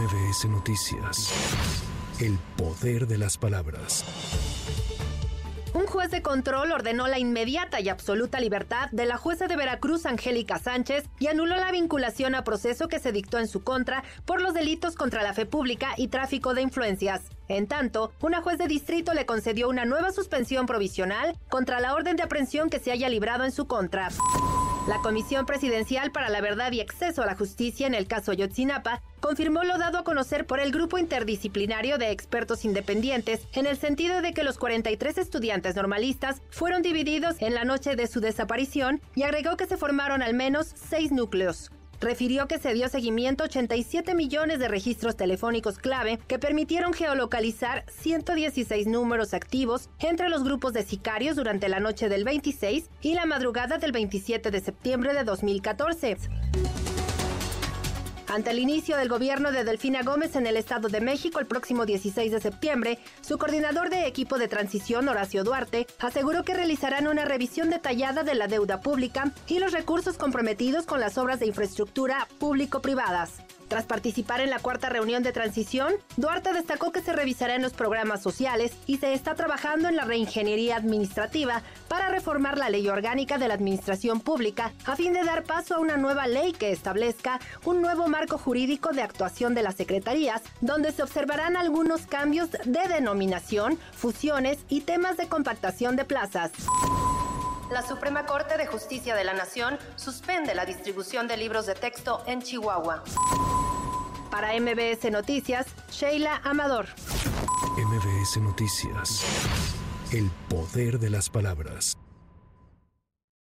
MBS Noticias. El poder de las palabras. Un juez de control ordenó la inmediata y absoluta libertad de la jueza de Veracruz, Angélica Sánchez, y anuló la vinculación a proceso que se dictó en su contra por los delitos contra la fe pública y tráfico de influencias. En tanto, una juez de distrito le concedió una nueva suspensión provisional contra la orden de aprehensión que se haya librado en su contra. La Comisión Presidencial para la Verdad y Acceso a la Justicia en el caso Ayotzinapa confirmó lo dado a conocer por el grupo interdisciplinario de expertos independientes en el sentido de que los 43 estudiantes normalistas fueron divididos en la noche de su desaparición y agregó que se formaron al menos 6 núcleos. Refirió que se dio seguimiento a 87 millones de registros telefónicos clave que permitieron geolocalizar 116 números activos entre los grupos de sicarios durante la noche del 26 y la madrugada del 27 de septiembre de 2014. Ante el inicio del gobierno de Delfina Gómez en el Estado de México el próximo 16 de septiembre, su coordinador de equipo de transición, Horacio Duarte, aseguró que realizarán una revisión detallada de la deuda pública y los recursos comprometidos con las obras de infraestructura público-privadas. Tras participar en la cuarta reunión de transición, Duarte destacó que se revisarán los programas sociales y se está trabajando en la reingeniería administrativa para reformar la ley orgánica de la administración pública a fin de dar paso a una nueva ley que establezca un nuevo marco jurídico de actuación de las secretarías, donde se observarán algunos cambios de denominación, fusiones y temas de compactación de plazas. La Suprema Corte de Justicia de la Nación suspende la distribución de libros de texto en Chihuahua. Para MBS Noticias, Sheila Amador. MBS Noticias. El poder de las palabras.